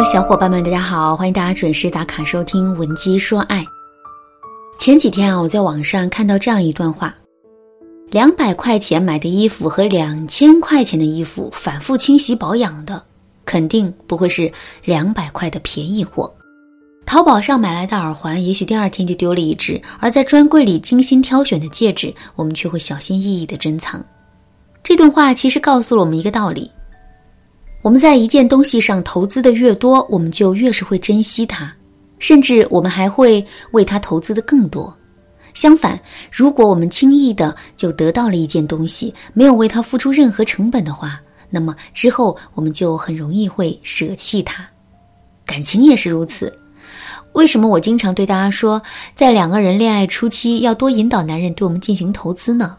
小伙伴们大家好，欢迎大家准时打卡收听文姬说爱。前几天我在网上看到这样一段话，200块钱买的衣服和2000块钱的衣服反复清洗保养的，肯定不会是200块的便宜货。淘宝上买来的耳环也许第二天就丢了一只，而在专柜里精心挑选的戒指，我们却会小心翼翼地珍藏。这段话其实告诉了我们一个道理，我们在一件东西上投资的越多，我们就越是会珍惜它，甚至我们还会为它投资的更多。相反，如果我们轻易的就得到了一件东西，没有为它付出任何成本的话，那么之后我们就很容易会舍弃它。感情也是如此。为什么我经常对大家说，在2个人恋爱初期要多引导男人对我们进行投资呢？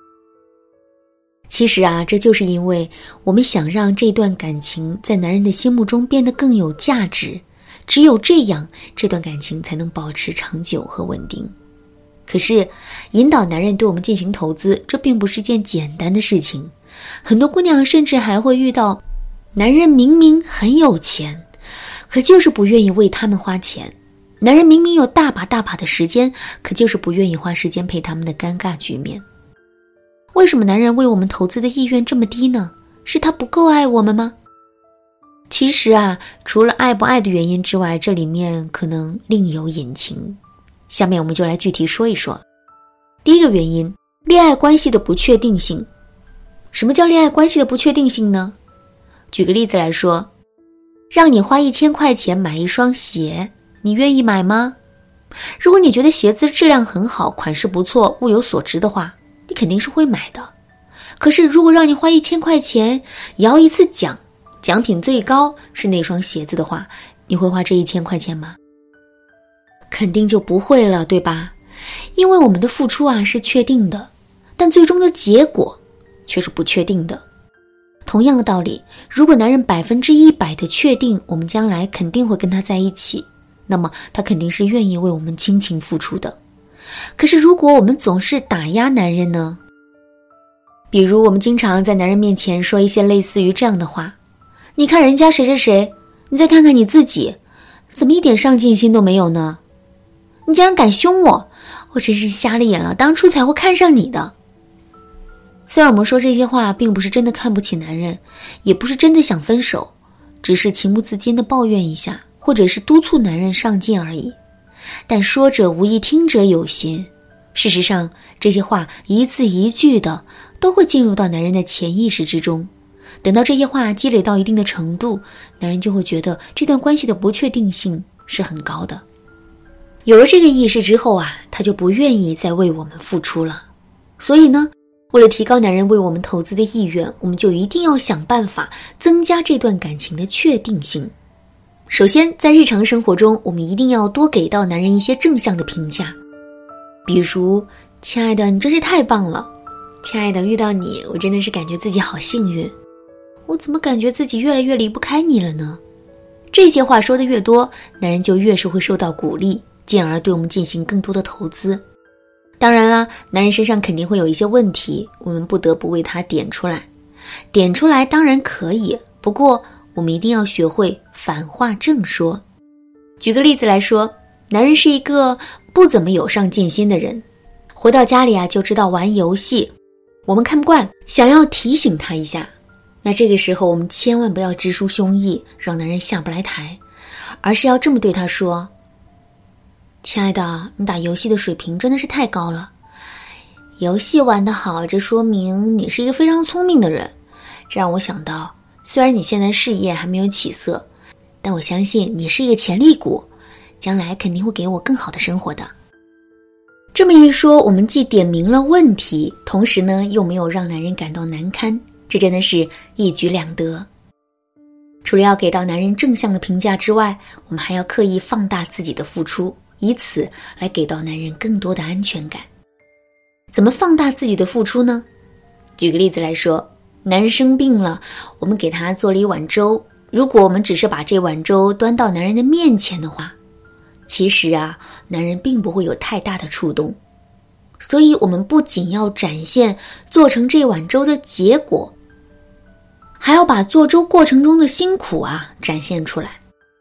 其实这就是因为我们想让这段感情在男人的心目中变得更有价值，只有这样，这段感情才能保持长久和稳定。可是，引导男人对我们进行投资，这并不是件简单的事情。很多姑娘甚至还会遇到，男人明明很有钱，可就是不愿意为他们花钱。男人明明有大把大把的时间，可就是不愿意花时间陪他们的尴尬局面。为什么男人为我们投资的意愿这么低呢？是他不够爱我们吗？其实除了爱不爱的原因之外，这里面可能另有隐情。下面我们就来具体说一说。第一个原因，恋爱关系的不确定性。什么叫恋爱关系的不确定性呢？举个例子来说，让你花1000块钱买一双鞋，你愿意买吗？如果你觉得鞋子质量很好，款式不错，物有所值的话，你肯定是会买的。可是如果让你花1000块钱摇一次奖，奖品最高是那双鞋子的话，你会花这1000块钱吗？肯定就不会了，对吧？因为我们的付出是确定的，但最终的结果却是不确定的。同样的道理，如果男人100%的确定我们将来肯定会跟他在一起，那么他肯定是愿意为我们倾情付出的。可是如果我们总是打压男人呢？比如我们经常在男人面前说一些类似于这样的话，你看人家谁谁谁，你再看看你自己，怎么一点上进心都没有呢？你竟然敢凶我，我真是瞎了眼了，当初才会看上你的。虽然我们说这些话并不是真的看不起男人，也不是真的想分手，只是情不自禁地抱怨一下，或者是督促男人上进而已。但说者无意，听者有心。事实上，这些话一字一句的都会进入到男人的潜意识之中。等到这些话积累到一定的程度，男人就会觉得这段关系的不确定性是很高的。有了这个意识之后他就不愿意再为我们付出了。所以呢，为了提高男人为我们投资的意愿，我们就一定要想办法增加这段感情的确定性。首先，在日常生活中，我们一定要多给到男人一些正向的评价，比如，亲爱的，你真是太棒了，亲爱的，遇到你，我真的是感觉自己好幸运，我怎么感觉自己越来越离不开你了呢？这些话说的越多，男人就越是会受到鼓励，进而对我们进行更多的投资。当然啦，男人身上肯定会有一些问题，我们不得不为他点出来。点出来当然可以，不过我们一定要学会反话正说。举个例子来说，男人是一个不怎么有上进心的人，回到家里就知道玩游戏，我们看不惯，想要提醒他一下。那这个时候我们千万不要直抒胸臆，让男人下不来台，而是要这么对他说，亲爱的，你打游戏的水平真的是太高了，游戏玩得好，这说明你是一个非常聪明的人。这让我想到，虽然你现在事业还没有起色，但我相信你是一个潜力股，将来肯定会给我更好的生活的。这么一说，我们既点明了问题，同时呢又没有让男人感到难堪，这真的是一举两得。除了要给到男人正向的评价之外，我们还要刻意放大自己的付出，以此来给到男人更多的安全感。怎么放大自己的付出呢？举个例子来说，男人生病了，我们给他做了一碗粥，如果我们只是把这碗粥端到男人的面前的话，其实男人并不会有太大的触动。所以我们不仅要展现做成这碗粥的结果，还要把做粥过程中的辛苦展现出来。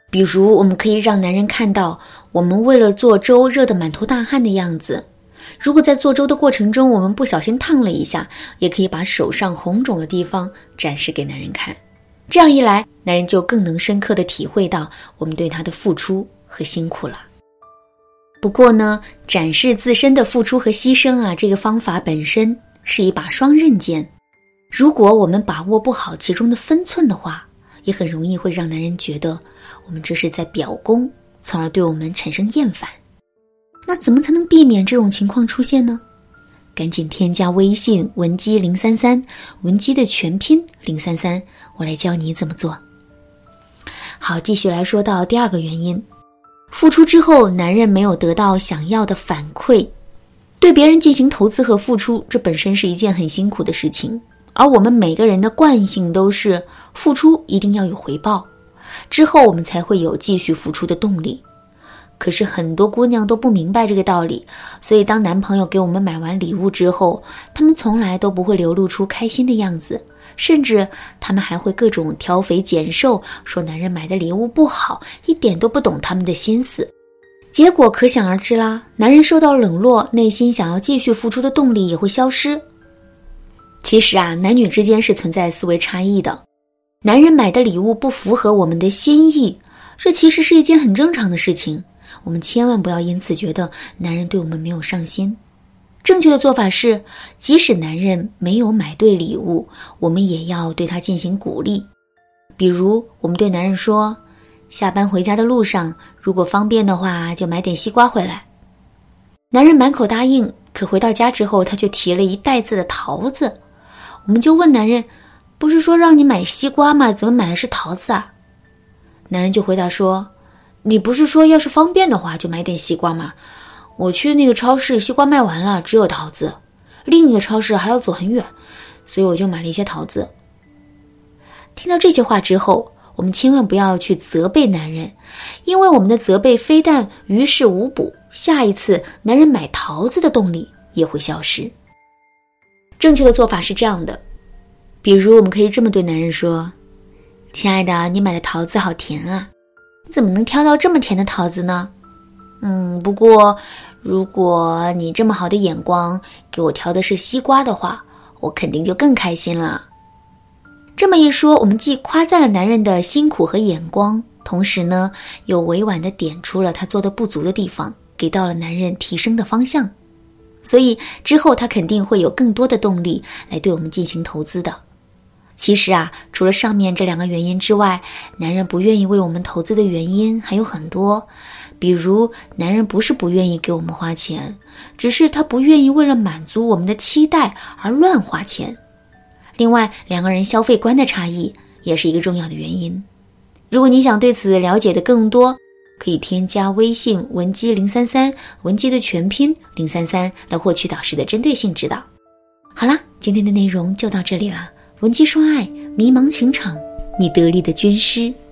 比如我们可以让男人看到我们为了做粥热得满头大汗的样子，如果在做粥的过程中我们不小心烫了一下，也可以把手上红肿的地方展示给男人看。这样一来，男人就更能深刻地体会到我们对他的付出和辛苦了。不过呢，展示自身的付出和牺牲啊，这个方法本身是一把双刃剑。如果我们把握不好其中的分寸的话，也很容易会让男人觉得我们这是在表功，从而对我们产生厌烦。那怎么才能避免这种情况出现呢？赶紧添加微信文姬033，文姬的全拼033，我来教你怎么做。好，继续来说到第二个原因，付出之后男人没有得到想要的反馈。对别人进行投资和付出，这本身是一件很辛苦的事情，而我们每个人的惯性都是付出一定要有回报，之后我们才会有继续付出的动力。可是很多姑娘都不明白这个道理，所以当男朋友给我们买完礼物之后，他们从来都不会流露出开心的样子，甚至他们还会各种挑肥拣瘦，说男人买的礼物不好，一点都不懂他们的心思。结果可想而知啦，男人受到冷落，内心想要继续付出的动力也会消失。其实啊，男女之间是存在思维差异的，男人买的礼物不符合我们的心意，这其实是一件很正常的事情，我们千万不要因此觉得男人对我们没有上心。正确的做法是，即使男人没有买对礼物，我们也要对他进行鼓励。比如我们对男人说，下班回家的路上，如果方便的话就买点西瓜回来。男人满口答应，可回到家之后他却提了一袋子的桃子。我们就问男人，不是说让你买西瓜吗？怎么买的是桃子啊？男人就回答说，你不是说要是方便的话就买点西瓜吗？我去那个超市，西瓜卖完了，只有桃子，另一个超市还要走很远，所以我就买了一些桃子。听到这些话之后，我们千万不要去责备男人，因为我们的责备非但于事无补，下一次男人买桃子的动力也会消失。正确的做法是这样的，比如我们可以这么对男人说，亲爱的，你买的桃子好甜啊，你怎么能挑到这么甜的桃子呢？不过如果你这么好的眼光给我挑的是西瓜的话，我肯定就更开心了。这么一说，我们既夸赞了男人的辛苦和眼光，同时呢又委婉地点出了他做的不足的地方，给到了男人提升的方向。所以之后他肯定会有更多的动力来对我们进行投资的。其实啊，除了上面这两个原因之外，男人不愿意为我们投资的原因还有很多。比如男人不是不愿意给我们花钱，只是他不愿意为了满足我们的期待而乱花钱。另外，两个人消费观的差异也是一个重要的原因。如果你想对此了解的更多，可以添加微信文姬033，文姬的全拼033，来获取导师的针对性指导。好啦，今天的内容就到这里了。文姬说爱，迷茫情场，你得力的军师。